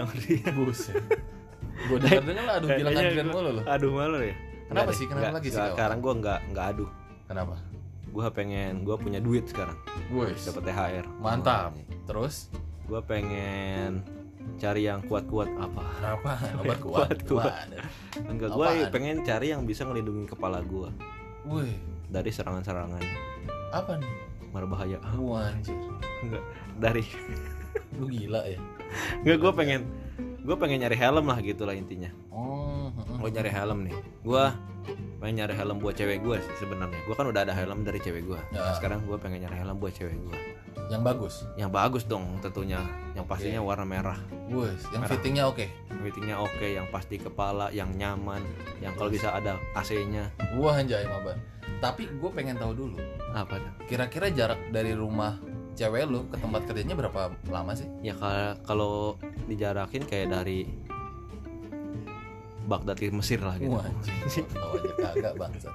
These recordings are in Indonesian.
Adrian. Buset. Gue dengar lah, aduh bilang Adrian mulu loh. Aduh malu ya. Kenapa sih? Kenapa lagi sih? Sekarang gue nggak aduh. Kenapa? Gue punya duit sekarang. Wes. Dapat THR. Mantap. Terus? Gue pengen cari yang kuat-kuat apa? Kenapa? Obat kuat. Enggak, gue pengen cari yang bisa ngelindungin kepala gue. Wih. Dari serangan-serangan. Apa nih? Berbahaya. Wah, anjir. Enggak, dari. Lu gila ya? Enggak, gue pengen nyari helm lah gitulah intinya. Gue nyari helm nih. Gue pengen nyari helm buat cewek gue sih sebenarnya. Gue kan udah ada helm dari cewek gue. Nah, sekarang gue pengen nyari helm buat cewek gue. Yang bagus? Yang bagus dong tentunya. Yang pastinya warna merah. Wes, yang merah. fittingnya oke. Fittingnya oke, yang pas di kepala, yang nyaman, yang kalau bisa ada AC-nya. Wah anjay mabar. Tapi gue pengen tahu dulu. Apa tuh? Kira-kira jarak dari rumah cewek lu ke tempat kerjanya berapa lama sih? Ya kalau dijarakin kayak dari Baghdad ke Mesir lah gitu. Wah anjing, tahu aja kagak bangsat.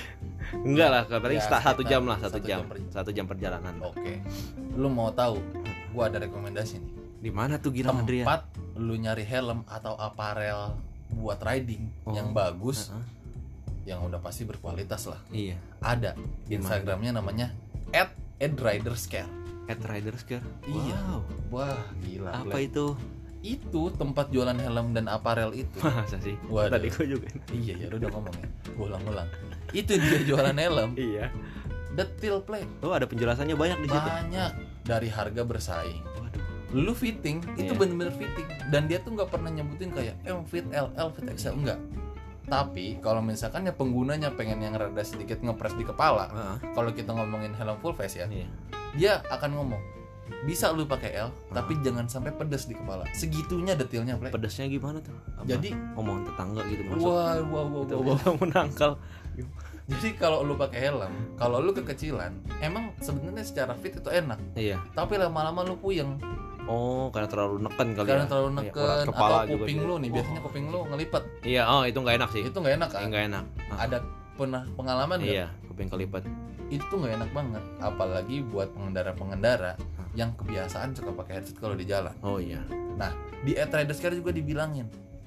Enggak lah, paling Ya, 1 jam lah, 1 1 jam perjalanan. Oke. Lu mau tahu? Gua ada rekomendasi nih. Di mana tuh Gilang Adrian? Tempat lu nyari helm atau aparel buat riding yang bagus, yang udah pasti berkualitas lah. Iya. Ada. Instagramnya namanya @riderscare. @riderscare. Iya. Wow. Wah gila. Apa itu? Itu tempat jualan helm dan aparel itu. Masa sih? Waduh. Tadi gue juga. Iya ya, lu udah ngomong ya. Gua ulang-ulang. Itu dia jualan helm. Iya. Detail play. Oh, ada penjelasannya banyak di situ. Banyak. Dari harga bersaing. Waduh. Lu fitting, itu bener-bener fitting. Dan dia tuh nggak pernah nyebutin kayak M fit L, L fit XL, enggak. Tapi kalau misalkan ya penggunanya pengen yang rada sedikit ngepres di kepala, kalau kita ngomongin helm full face ya, dia akan ngomong bisa lu pakai L, tapi jangan sampai pedes di kepala. Segitunya detailnya, Play. Pedesnya gimana tuh? Apa? Jadi ngomong tetangga gitu masuk. Wah. Menangkal. Jadi kalau lu pakai helm, kalau lu kekecilan, emang sebenarnya secara fit itu enak. Iya. Tapi lama-lama lu puyeng. Oh, karena terlalu neken kali Karena ya. terlalu Iya, neken kepala atau juga kuping gitu. lu nih, biasanya kuping lu ngelipet. Iya, oh itu nggak enak sih. Itu nggak enak kan? Nggak enak. Ada pernah pengalaman nggak? Iya, kuping kelipet. Itu tuh nggak enak banget, apalagi buat pengendara-pengendara yang kebiasaan suka pakai headset kalau di jalan. Oh iya. Nah, di @riderscare juga dibilangin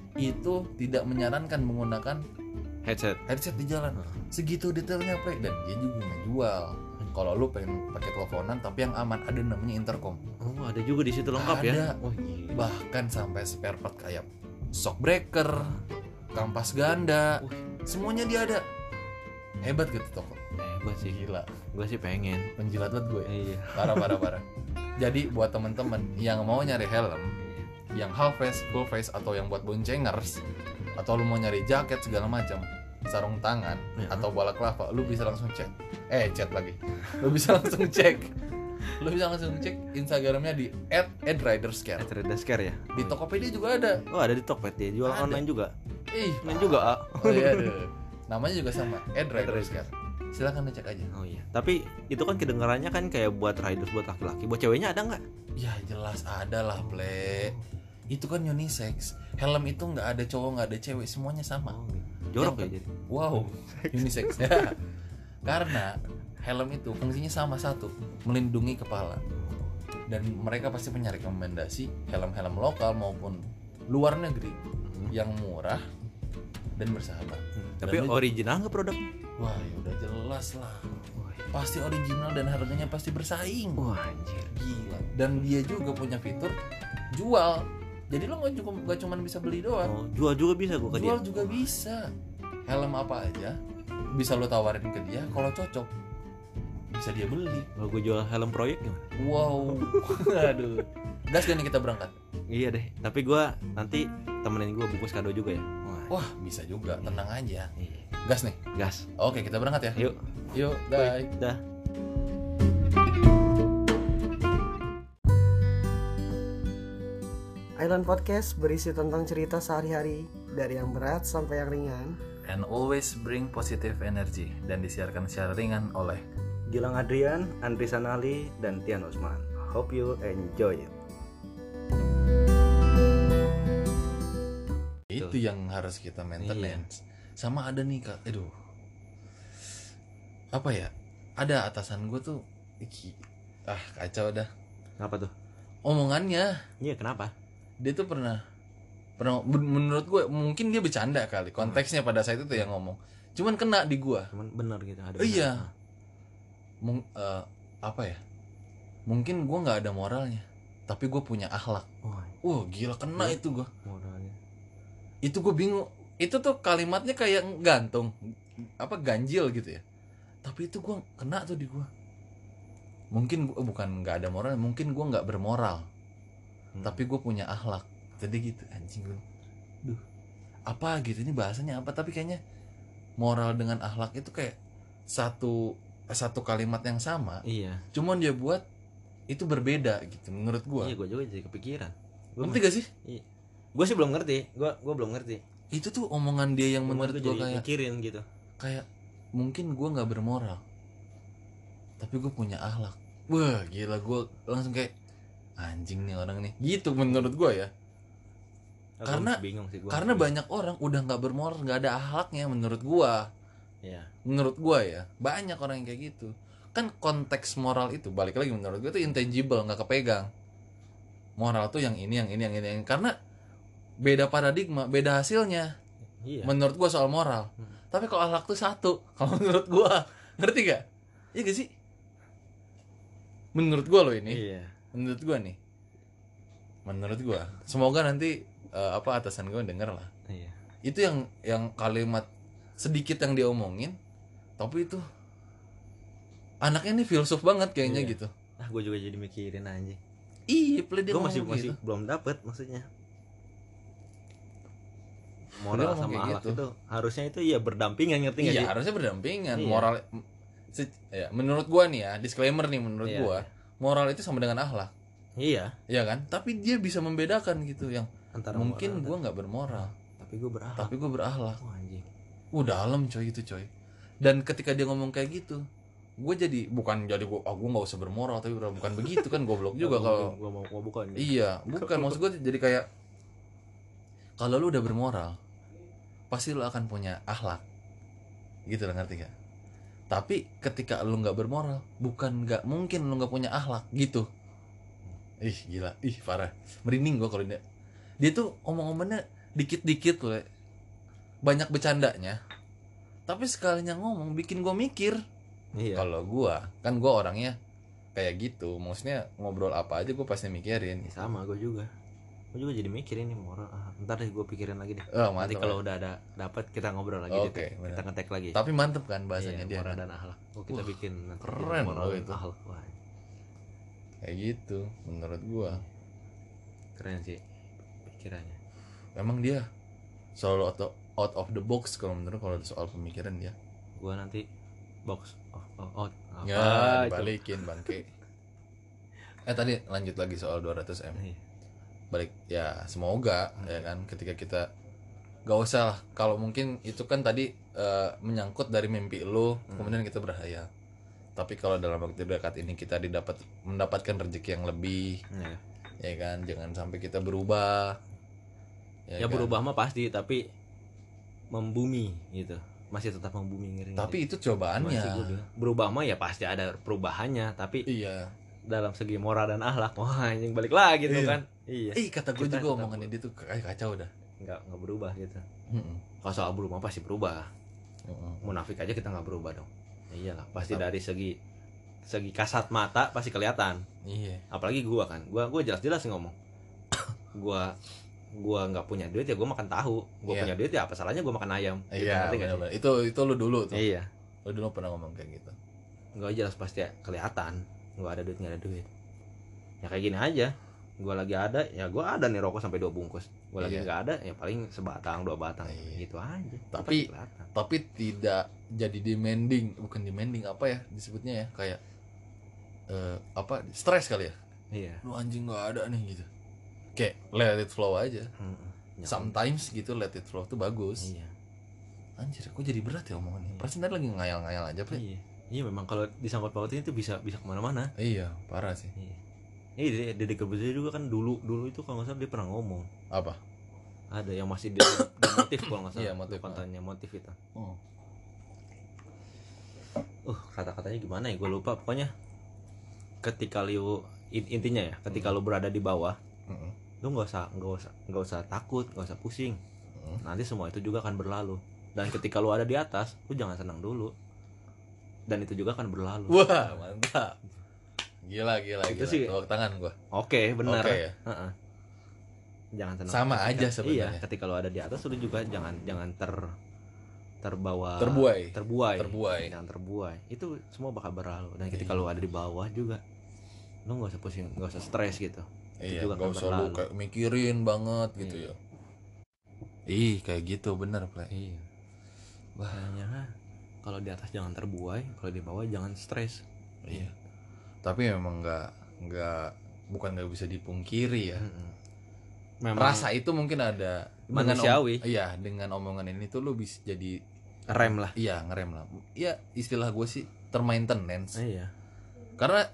itu tidak menyarankan menggunakan headset di jalan. Segitu detailnya, Play. Dan dia juga ngejual. Kalau lu pengen pakai teleponan tapi yang aman, ada namanya intercom. Oh, ada juga di situ lengkap ya. Ada. Oh, gila. Bahkan sampai spare part kayak shock breaker, kampas ganda, semuanya dia ada. Hebat gitu toko. Hebat sih. Gila. Gue sih pengen. Penjilat banget gue. Iya. Parah. Jadi buat temen-temen yang mau nyari helm, yang half face, full face, atau yang buat boncengers, atau lu mau nyari jaket segala macam, sarung tangan atau balaclava, lu bisa langsung chat lagi. Lu bisa langsung cek Instagramnya di @riderscare. @riderscare ya. Di Tokopedia juga ada. Oh, ada di Tokped dia jual Ada. online juga. Main juga. Oh iya, namanya juga sama, @riderscare. Silakan dicek aja. Oh iya. Tapi itu kan kedengarannya kan kayak buat riders buat laki-laki. Buat ceweknya ada nggak? Ya jelas ada lah, Ple. Itu kan unisex. Helm itu nggak ada cowok, nggak ada cewek, semuanya sama. Jorok ya jadi. Wow, unisex ya. Karena helm itu fungsinya sama, satu, melindungi kepala. Dan mereka pasti punya rekomendasi helm-helm lokal maupun luar negeri yang murah dan bersahabat. Tapi original nggak produknya? Wah, ya udah jelas lah. Pasti original dan harganya pasti bersaing. Wah, anjir. Gila. Dan dia juga punya fitur jual. Jadi lo nggak cuma bisa beli doang. Oh, jual juga bisa gue ke dia. Jual juga bisa. Helm apa aja bisa lo tawarin ke dia, kalau cocok bisa dia beli. Kalau gue jual helm proyek gimana? Wow. Aduh. Gas gak nih kita berangkat? Iya deh. Tapi gue nanti temenin gue bungkus kado juga ya. Wah, bisa juga. Tenang aja. Iya. Gas nih. Gas. Oke, kita berangkat ya. Yuk, bye. Dah. Island Podcast berisi tentang cerita sehari-hari, dari yang berat sampai yang ringan. And always bring positive energy. Dan disiarkan secara ringan oleh Gilang Adrian, Andri Sanali, dan Tian Usman. Hope you enjoy it. Itu yang harus kita maintenance. Sama ada nih Kak, apa ya? Ada atasan gue tuh kacau dah. Kenapa tuh? Omongannya. Iya, kenapa? Dia tuh pernah menurut gue mungkin dia bercanda kali konteksnya pada saat itu yang ngomong, cuman kena di gue. Cuman benar gitu ada. Iya. Apa ya? Mungkin gue nggak ada moralnya, tapi gue punya akhlak. Gila kena itu gue. Moralnya. Itu gue bingung. Itu tuh kalimatnya kayak gantung, ganjil gitu ya. Tapi itu gue kena tuh di gue. Mungkin gue bukan nggak ada moral, mungkin gue nggak bermoral, tapi gue punya akhlak. Jadi gitu anjing gue. Apa gitu ini bahasanya apa? Tapi kayaknya moral dengan akhlak itu kayak satu kalimat yang sama. Iya. Cuman dia buat itu berbeda gitu menurut gue. Iya, gue juga jadi kepikiran. Ngerti gak sih? Iya. Gue sih belum ngerti. Gue belum ngerti. Itu tuh omongan dia yang menurut gue kayak mikirin gitu. Kayak mungkin gue nggak bermoral, tapi gue punya akhlak. Wah gila, gue langsung kayak anjing nih orang nih. Gitu menurut gue ya. Karena bingung sih gua. Karena banyak orang udah nggak bermoral, nggak ada akhlaknya menurut gue. Iya. Menurut gue ya banyak orang yang kayak gitu. Kan konteks moral itu balik lagi menurut gue itu intangible, nggak kepegang. Moral tuh yang ini. Karena beda paradigma, beda hasilnya. Iya. Menurut gue soal moral. Tapi kalau akhlak tuh satu. Kalau menurut gue, ngerti gak? Iya gak sih? Menurut gue loh ini. Iya. Menurut gue nih. Menurut gue. Semoga nanti atasan gue denger lah. Iya. Itu yang kalimat sedikit yang dia omongin, tapi itu anaknya nih filsuf banget kayaknya gitu. Gue juga jadi mikirin anjing. Iya, dia gue masih belum dapet maksudnya. Moral sama akhlak gitu. Itu harusnya itu ya berdampingan, ngerti nggak sih? Iya, harusnya berdampingan. Iya. Moral ya, menurut gue nih ya, disclaimer nih menurut gue, moral itu sama dengan akhlak. Iya. Iya kan? Tapi dia bisa membedakan gitu yang antara mungkin gue nggak bermoral, tapi gue berakhlak. Anjing. Dalam coy itu coy. Dan ketika dia ngomong kayak gitu, gue jadi bukan jadi gue nggak usah bermoral, tapi bukan begitu kan, goblok juga kalau gue mau bukan. Iya, bukan maksud gue jadi kayak kalau lu udah bermoral, pasti lu akan punya akhlak. Gitu lah, ngerti gak? Tapi ketika lu nggak bermoral, bukan nggak mungkin lu nggak punya akhlak gitu. Gila, parah. Merinding gue kalau dia tuh omong-omongnya dikit-dikit loh, banyak bercandanya. Tapi sekalinya ngomong bikin gue mikir. Iya. Kalau gue orangnya kayak gitu, maksudnya ngobrol apa aja gue pasti mikirin. Sama gue juga jadi mikirin nih moral. Ntar deh gue pikirin lagi deh. Nanti kalau udah dapat kita ngobrol lagi. Oke, kita ngetek lagi. Tapi mantep kan bahasanya dia. Moral dan akhlak. Kita bikin keren moral itu. Akhlak. Kayak gitu menurut gue. Keren sih pikirannya. Memang dia selalu out of the box kalau menurut, kalau soal pemikiran dia. Gue nanti box out. Ya, balikin bangke. Tadi lanjut lagi soal 200M. Balik ya, semoga ya kan ketika kita gak usah lah, kalau mungkin itu kan tadi menyangkut dari mimpi lu, kemudian kita berhayal. Tapi kalau dalam waktu dekat ini kita mendapatkan rezeki yang lebih, ya kan, jangan sampai kita berubah. Ya kan? Berubah mah pasti, tapi membumi gitu, masih tetap membumi ngeri. Tapi itu cobaannya. Berubah mah ya pasti ada perubahannya, tapi iya. Dalam segi moral dan akhlak, yang balik lagi tuh kan. Iya. Kata gue juga omongan dia tuh kayak kacau dah. Nggak berubah gitu. Kalau soal berubah pasti berubah. Munafik aja kita nggak berubah dong. Iyalah, pasti dari segi kasat mata pasti kelihatan. Iya. Apalagi gua kan, gua jelas-jelas ngomong. gua nggak punya duit ya gua makan tahu. Gua punya duit ya apa salahnya gua makan ayam. Iya. Itu lu dulu tuh. Iya. Lu dulu pernah ngomong kayak gitu. Gua jelas pasti kelihatan. Gua ada duit nggak ada duit. Ya kayak gini aja. Gua lagi ada, ya gua ada nih rokok sampai 2 bungkus. Gua lagi nggak ada, ya paling sebatang 2 batang. Gitu aja. Tapi tidak jadi bukan demanding apa ya disebutnya ya, kayak stres kali ya. Iya. Lu anjing nggak ada nih gitu. Kayak let it flow aja. Sometimes gitu let it flow tuh bagus. Iya. Anjir, kok jadi berat ya omongannya. Perasaan tadi lagi ngayal-ngayal aja, Pak. Iya memang kalau disangkut pautin itu bisa kemana-mana. Iya, parah sih. Iya. Deddy Corbuzier juga kan dulu itu kalau nggak salah dia pernah ngomong. Apa? Ada yang masih dia motif kalau nggak salah. Iya, motif. Kontennya motif itu. Kata-katanya gimana ya? Gue lupa. Pokoknya ketika lu intinya ya, ketika lu berada di bawah, lu nggak usah takut, nggak usah pusing. Nanti semua itu juga akan berlalu. Dan ketika lu ada di atas, lu jangan senang dulu. Dan itu juga akan berlalu. Wah, mantap. Gila. Itu sih. Tepuk tangan gua. Oke, benar. Oke, ya? Jangan senang. Sama aja sebenarnya. Iya, ketika lu ada di atas lu juga jangan terbuai. Jangan terbuai. Itu semua bakal berlalu. Dan ketika lu ada di bawah juga, lu nggak usah pusing, nggak usah stres gitu. Iya, nggak usah lu kayak mikirin banget gitu ya. Kayak gitu bener, Play. Iya. Bahaya. Kalau di atas jangan terbuai, kalau di bawah jangan stres. Iya. Tapi memang bukan nggak bisa dipungkiri ya. Memang rasa itu mungkin ada manusiawi. Dengan omongan ini tuh lu bisa jadi rem lah. Iya, ngerem lah. Iya, istilah gue sih termaintenance. Iya. Karena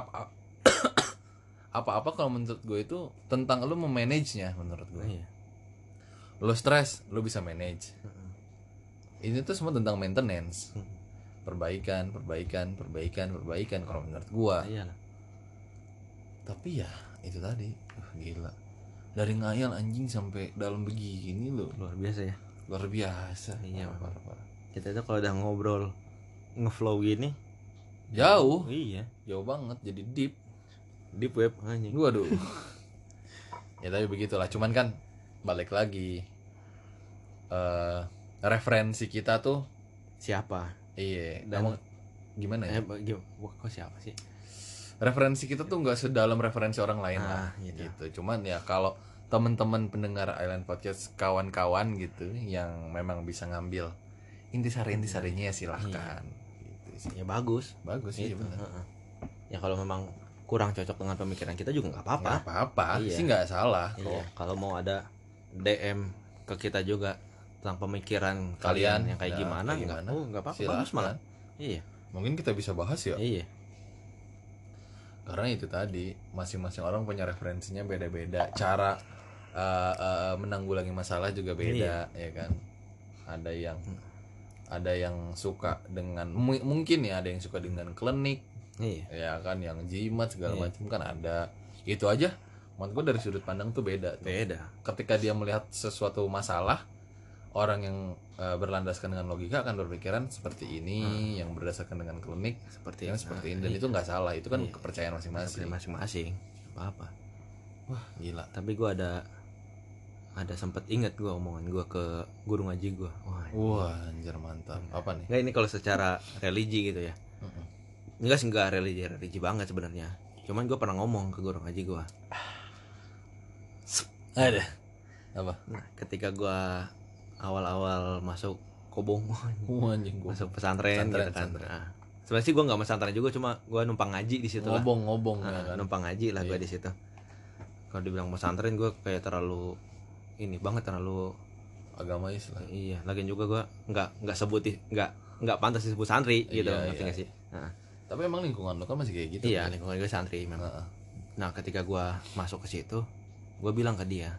apa-apa kalau menurut gue itu tentang lu memanage-nya menurut gue. Iya. Lu stres, lu bisa manage. Ini tuh semua tentang maintenance. Perbaikan kalau menurut gue. Iyalah. Tapi ya itu tadi, gila. Dari ngayal anjing sampai dalam begini loh. Luar biasa ya. Luar biasa. Iya, parah. Kita tuh kalau udah ngobrol ngeflow gini jauh. Iya, jauh banget, jadi deep web anjing. Waduh. Ya tapi begitulah, cuman kan balik lagi referensi kita tuh siapa? Iya. Dan gimana ya? Kok siapa sih? Referensi kita tuh nggak sedalam referensi orang lain lah gitu. Cuman ya kalau teman-teman pendengar Island Podcast, kawan-kawan gitu yang memang bisa ngambil intisarinya ya silahkan. Gitu sih. Ya bagus sih gitu. Ya kalau memang kurang cocok dengan pemikiran kita juga nggak apa-apa. Sih nggak salah kok. Iya. Kalau mau ada DM ke kita juga tentang pemikiran kalian yang kayak gimana nggak apa-apa, bagus malah. Iya, mungkin kita bisa bahas ya. Iya, karena itu tadi masing-masing orang punya referensinya beda-beda, cara menanggulangi masalah juga beda. Ya kan, ada yang suka dengan mungkin ya, ada yang suka dengan klinik, ya kan, yang jimat segala macam kan ada. Itu aja menurut gue dari sudut pandang tuh beda. Ketika dia melihat sesuatu masalah, orang yang berlandaskan dengan logika akan berpikiran seperti ini, yang berdasarkan dengan klinik seperti ini, dan itu nggak salah, itu kan kepercayaan masing-masing. Apa? Wah gila. Tapi gue ada sempat ingat gue omongan gue ke guru ngaji gue. Wah anjir mantap. Apa nih? Nggak, ini kalau secara religi gitu ya. Enggak religi banget sebenarnya. Cuman gue pernah ngomong ke guru ngaji gue. Ada apa? Nah, ketika gue awal-awal masuk kobong, masuk pesantren gitu kan. Nah, sebenarnya sih gue nggak pesantren juga, cuma gue numpang ngaji di situ lah. Ngobong ya kan? Numpang ngaji lah gue di situ. Kalau dibilang pesantren gue kayak terlalu agama Islam. Iya, lagian juga gue nggak pantas disebut santri gitu, ngerti nggak sih? Nah. Tapi emang lingkungan lo kan masih kayak gitu. Iya, lingkungan gue santri memang. Nah, ketika gue masuk ke situ, gue bilang ke dia,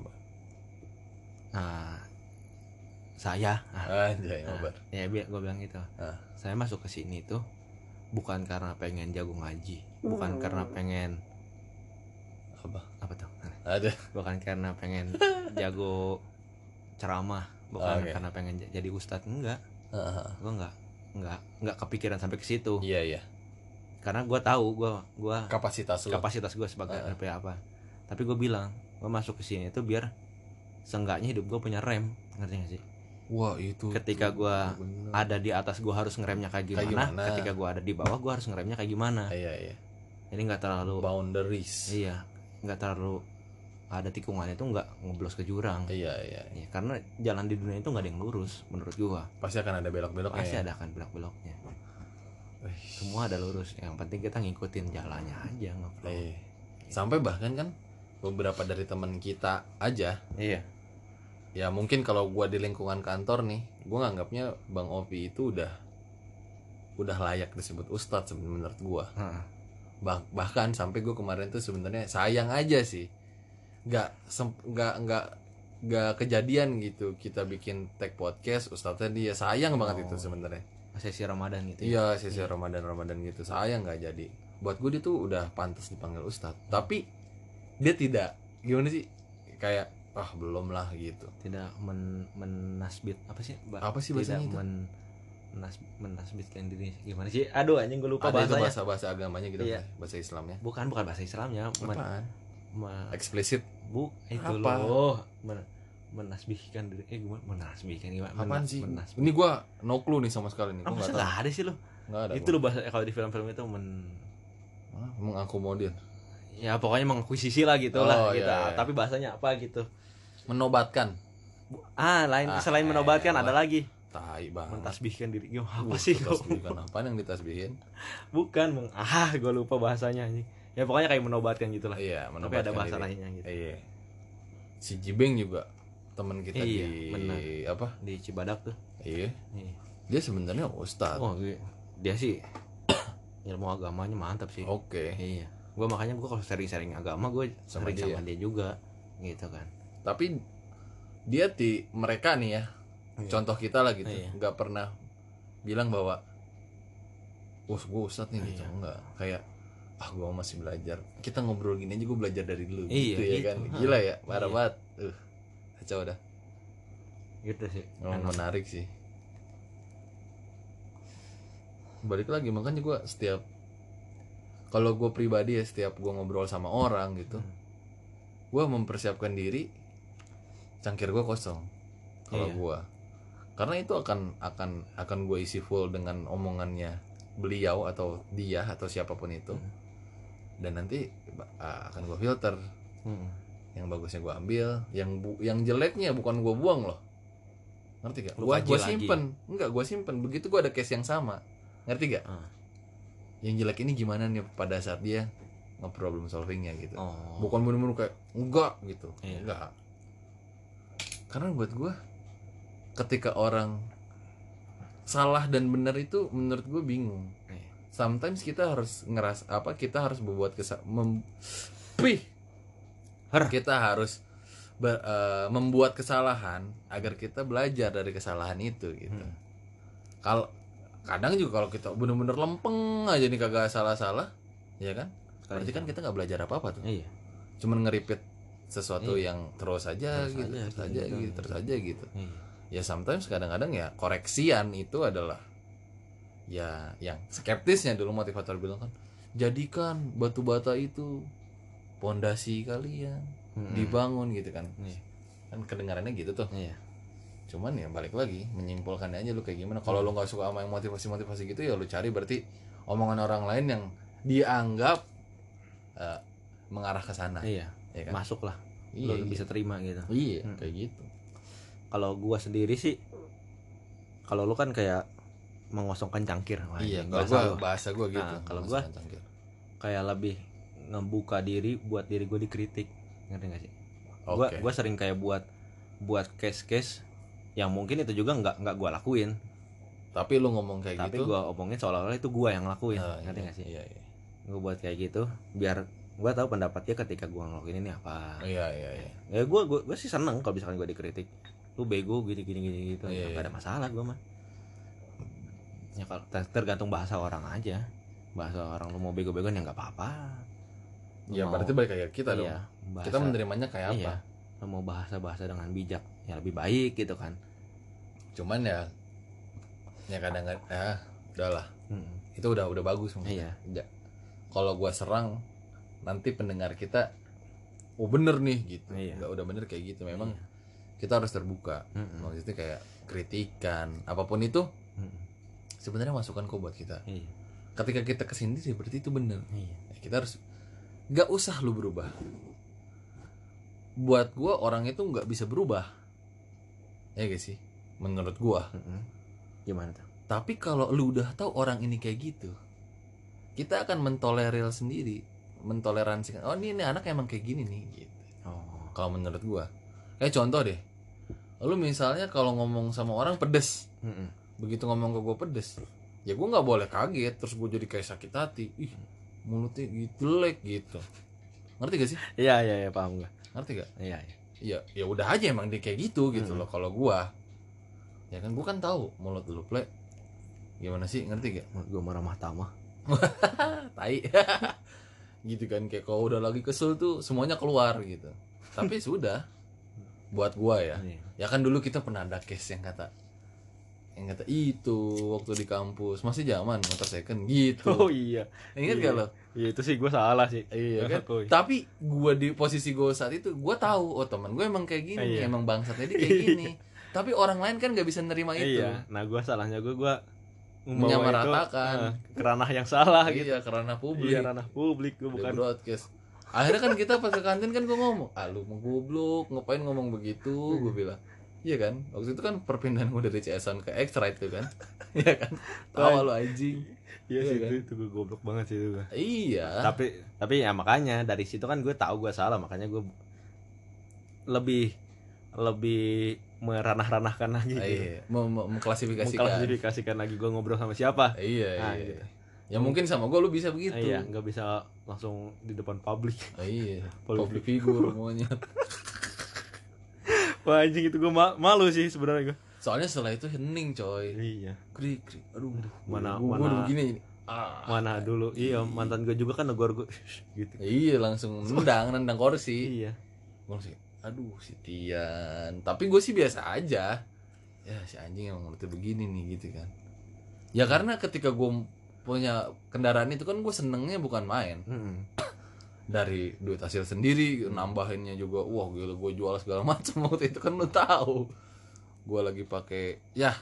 saya, gue bilang gitu. Saya masuk ke sini tuh bukan karena pengen jago ngaji, bukan karena pengen apa tuh? Bukan karena pengen jago ceramah, bukan karena pengen jadi ustadz, enggak. Gue nggak kepikiran sampai ke situ. Iya. Karena gue tahu gue kapasitas gue sebagai apa. Tapi gue bilang gue masuk ke sini tuh biar seenggaknya hidup gue punya rem, ngerti gak sih? Wah itu. Ketika gue ada di atas gue harus ngeremnya kayak gimana. Ketika gue ada di bawah gue harus ngeremnya kayak gimana. Iya. Jadi nggak terlalu boundaries. Iya, nggak terlalu ada tikungannya itu nggak ngeblos ke jurang. Iya. Karena jalan di dunia itu nggak ada yang lurus menurut gue. Pasti akan ada belok-beloknya. Pasti ada akan belok-beloknya. Semua ada lurus. Yang penting kita ngikutin jalannya aja, ngeflow. Sampai bahkan kan beberapa dari teman kita aja. Iya. Ya mungkin kalau gue di lingkungan kantor nih, gue nganggapnya Bang Ovi itu udah layak disebut ustadz menurut gue. Bahkan sampai gue kemarin tuh sebenarnya sayang aja sih, nggak kejadian gitu kita bikin tag podcast ustadznya dia, sayang banget itu sebenarnya. Sesi Ramadan gitu. Iya, sesi Ramadan gitu, sayang nggak jadi. Buat gue dia tuh udah pantas dipanggil ustadz, tapi dia tidak gimana sih, kayak belum lah gitu. Tidak menasbit apa sih bahasanya itu? Menasbitkan diri gimana sih, aduh anjing gue lupa ada bahasanya. Itu bahasa agamanya gitu. Iya. Bahasa Islamnya bukan bahasa Islamnya. Apaan? Eksplisit itu apa? Loh menasbihkan diri gimana menasbihkan gimana apaan sih ini gue no clue nih sama sekali nih. Gue nggak ada sih lo. Nggak ada itu lo bahasa kalau di film-film itu mengakomodir ya, pokoknya mengakuisisi lah gitu lah gitu. Iya. Tapi bahasanya apa gitu? Menobatkan. Selain menobatkan ada lagi. Tai banget. Mentasbihkan diri. Apa sih? Tasbihkan apa yang ditasbihin? Bukan, gue lupa bahasanya anjing. Ya pokoknya kayak menobatkan gitulah. Iya, tapi ada bahasa lainnya gitu. Iya. Si Jibeng juga teman kita bener. Apa? Di Cibadak tuh. Iya. Dia sebenarnya ustadz. Dia sih ilmu agamanya mantap sih. Oke. Iya. Gue makanya kalau sharing agama gue sama dia juga gitu kan. Tapi dia mereka nih ya. Contoh kita lah gitu, nggak pernah bilang bahwa gue ustadz nih gitu, enggak. Kayak gue masih belajar. Kita ngobrol gini aja gue belajar dari dulu gitu ya kan. Gila ya, parah banget. Kacau dah. Gitu sih. Menarik sih. Balik lagi, makanya gue kalau gue pribadi ya, setiap gue ngobrol sama orang gitu, gue mempersiapkan diri, cangkir gue kosong. Kalau gue, karena itu akan gue isi full dengan omongannya beliau atau dia atau siapapun itu. Dan nanti akan gue filter. Yang bagusnya gue ambil, yang jeleknya bukan gue buang loh. Ngerti gak? Gue simpen. Enggak, gue simpen. Begitu gue ada case yang sama. Ngerti gak? Yang jelek ini gimana nih pada saat dia nge-problem solvingnya gitu. Bukan bener-bener kayak enggak gitu. Enggak. Karena buat gue, ketika orang salah dan benar itu menurut gue bingung. Sometimes kita harus kita harus berbuat kita harus membuat kesalahan agar kita belajar dari kesalahan itu gitu. Kalau kadang juga kalau kita bener-bener lempeng aja nih kagak salah-salah, ya kan? Berarti kan kita nggak belajar apa-apa tuh. Iya. Cuman nge-repeat sesuatu yang terus aja gitu. Ya sometimes kadang-kadang ya koreksian itu adalah ya yang skeptisnya dulu motivator bilang kan, jadikan batu bata itu pondasi kalian dibangun gitu kan. Kan kedengarannya gitu tuh. Cuman ya balik lagi, menyimpulkannya aja lu kayak gimana. Kalau lu nggak suka sama yang motivasi gitu ya lu cari berarti omongan orang lain yang dianggap mengarah ke sana. Iya. Ya kan? Masuk lah. Lu bisa terima gitu. Iya, kayak gitu. Kalau gua sendiri sih, kalau lu kan kayak mengosongkan cangkir. Bahasa gua gitu. Kalau gua kayak lebih ngebuka diri buat diri gua dikritik. Ngerti gak sih? Gua sering kayak buat case-case yang mungkin itu juga nggak gue lakuin, tapi lu ngomong kayak tapi gitu, gue omongin seolah-olah itu gue yang ngelakuin. Ngerti nggak sih? Iya. Gue buat kayak gitu biar gue tahu pendapatnya ketika gue ngelakuin ini apa. Iya. Ya gue sih seneng kalau misalkan gue dikritik, lu bego gini gitu. Nggak ada masalah gue mah. Ya kalau tergantung bahasa orang aja. Bahasa orang lu mau bego-begoan ya nggak apa-apa. Ya berarti balik kayak kita dong. Kita menerimanya kayak apa? Mau bahasa dengan bijak ya lebih baik gitu kan. Cuman ya kadang-kadang udahlah. Itu udah bagus maksudnya. Iya. Kalau gua serang nanti pendengar kita bener nih gitu. Enggak udah bener kayak gitu. Memang kita harus terbuka. Maksudnya kayak kritikan apapun itu sebenarnya masukan kok buat kita. Ketika kita kesini sih berarti itu bener. Kita harus enggak usah lu berubah. Buat gue orang itu nggak bisa berubah, ya gak sih? Menurut gue. Gimana tuh? Tapi kalau lu udah tahu orang ini kayak gitu, kita akan mentoleransikan. Oh ini anak emang kayak gini nih, gitu. Kalau menurut gue, kayak contoh deh, lu misalnya kalau ngomong sama orang pedes, begitu ngomong ke gue pedes, ya gue nggak boleh kaget, terus gue jadi kayak sakit hati, mulutnya gitu jelek gitu. Ngerti gak sih? Iya paham gue. Ngerti gak? Iya. Ya udah aja emang dia kayak gitu loh. Kalau gua ya kan gua kan tahu mulut lu plek gimana sih, ngerti gak? Gua marah tamah. Tai. Gitu kan, kayak kalau udah lagi kesel tuh semuanya keluar gitu. Tapi sudah buat gua ya. Ya kan dulu kita pernah ada case yang kata itu waktu di kampus masih zaman motor second gitu. Oh iya. Ingat gak lo? Iya itu sih gue salah sih. Iya kan. Tapi gue di posisi gue saat itu gue tahu teman gue emang kayak gini, emang bangsatnya dia kayak gini. Tapi orang lain kan gak bisa nerima itu. Iya. Nah gue salahnya gue menyamaratakan ke ranah yang salah gitu. Iya, ke ranah publik. Iya, ranah publik gue bukan broadcast. Akhirnya kan kita pas ke kantin kan gue ngomong, lu mau goblok, ngapain ngomong begitu? Gue bilang. Iya kan, waktu itu kan perpindahan gue dari CS1 ke X-Ride tuh kan. Iya kan, tawa lu anjing. Iya sih kan? itu gue goblok banget sih itu. Iya. Tapi ya makanya dari situ kan gue tahu gue salah, makanya gue lebih meranah-ranahkan lagi gitu. Iya, mengklasifikasikan lagi gue ngobrol sama siapa. Iya, nah, iya. Gitu. Ya mungkin sama gue lu bisa begitu. Iya, nggak bisa langsung di depan publik. Iya, public figure semuanya. Wah anjing itu gue malu sih sebenarnya gue. Soalnya setelah itu hening coy. Iya. Krik. Aduh. Mana begini. Mana dulu. Iya mantan gue juga kan negor gue gitu. Iya langsung nendang kursi. Iya. Gue sih. Aduh si Tian. Tapi gue sih biasa aja. Ya si anjing emang ngerti begini nih gitu kan. Ya karena ketika gue punya kendaraan itu kan gue senengnya bukan main. Dari duit hasil sendiri, nambahinnya juga wah gila gue jual segala macam waktu itu kan lu tahu. Gue lagi pakai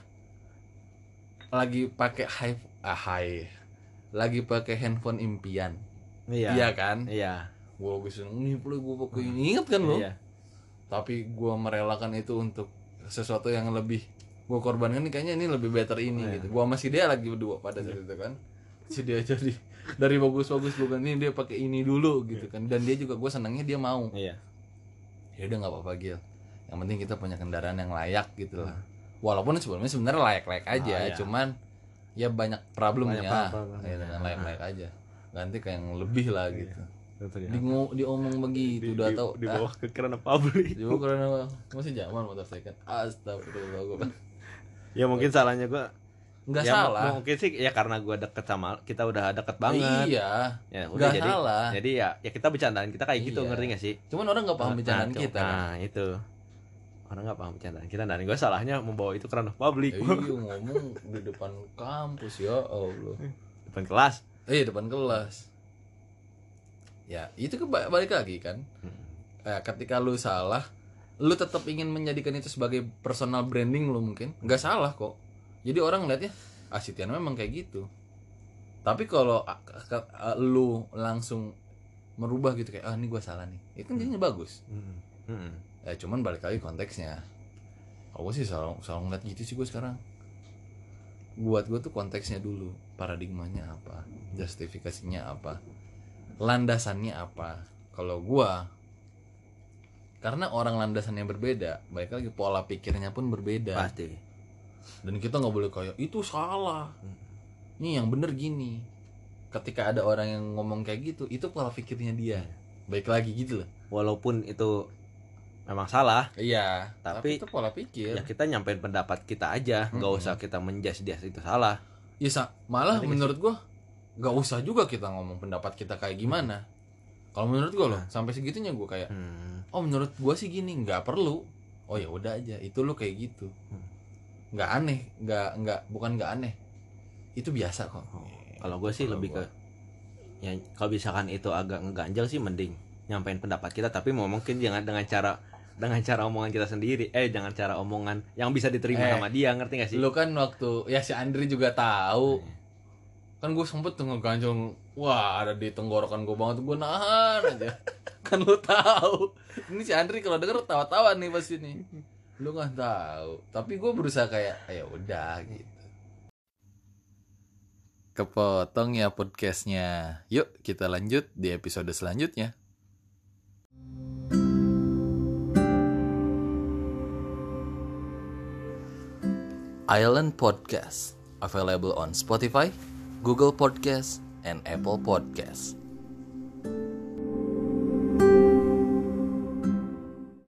lagi pakai handphone impian. Iya kan? Iya. Gue lagi seneng nih gue pakai ini, ingat kan lo? Iya. Tapi gue merelakan itu untuk sesuatu yang lebih gue korbankan nih, kayaknya ini lebih better ini gitu. Gue masih dia lagi berdua pada saat itu kan. Si dia jadi dari bagus-bagus bukan ini dia pakai ini dulu gitu kan, dan dia juga gue senangnya dia mau. Iya. Ya udah nggak apa-apa Gil, yang penting kita punya kendaraan yang layak gitu lah. Walaupun sebelumnya sebenarnya layak-layak aja, cuman ya banyak problemnya ya, dengan layak-layak aja, ganti kayak yang lebih lah gitu. Diomong begitu udah tahu di bawah ke kerana publik. Di bawah kerana masih zaman motor second. Astagfirullah. Ya mungkin salahnya gue nggak salah. Mungkin sih ya karena gue deket sama kita udah deket banget. Iya. Ya udah nggak salah. Jadi ya kita bercandaan kita kayak gitu, ngerti nggak sih? Cuman orang nggak paham bercandaan kita. Nah itu orang nggak paham bercandaan kita, dan gue salahnya membawa itu karena publik. Iya ngomong di depan kampus ya Allah. Depan kelas. Depan kelas. Ya itu balik lagi kan. Ketika lu salah, lu tetap ingin menjadikan itu sebagai personal branding lu, mungkin nggak salah kok. Jadi orang ngeliatnya si Tian memang kayak gitu. Tapi kalau lu langsung merubah gitu kayak ini gue salah nih, itu kan jadinya bagus. Ya cuman balik lagi konteksnya. Kalau gue sih selalu ngeliat gitu sih gue sekarang. Buat gue tuh konteksnya dulu, paradigmanya apa, justifikasinya apa, landasannya apa. Kalau gue, karena orang landasannya berbeda, balik lagi pola pikirnya pun berbeda. Pasti. Dan kita nggak boleh kayak itu salah, nih yang bener gini. Ketika ada orang yang ngomong kayak gitu, itu pola pikirnya dia. Baik lagi gitu loh. Walaupun itu memang salah. Iya. Tapi itu pola pikir. Ya kita nyampein pendapat kita aja, nggak usah kita menjudge dia itu salah. Iya malah menurut gua nggak usah juga kita ngomong pendapat kita kayak gimana. Kalau menurut gua loh, sampai segitunya gua kayak, menurut gua sih gini, nggak perlu. Oh ya udah aja, itu lo kayak gitu. Nggak aneh, bukan nggak aneh, itu biasa kok. Kalau gue sih lebih ke ya kalau misalkan itu agak ngeganjel sih mending nyampein pendapat kita, tapi mungkin jangan dengan cara omongan kita sendiri, jangan cara omongan yang bisa diterima sama dia, ngerti gak sih? Lu kan waktu ya si Andri juga tahu kan gue sempet tuh ngeganjel, wah ada di tenggorokan gue banget, gue nahan aja. Kan lu tahu ini si Andri kalau denger tawa-tawa nih pasti nih. Lu nggak tahu, tapi gue berusaha kayak ya udah gitu. Kepotong ya podcastnya. Yuk kita lanjut di episode selanjutnya. Island Podcast available on Spotify, Google Podcast, and Apple Podcast.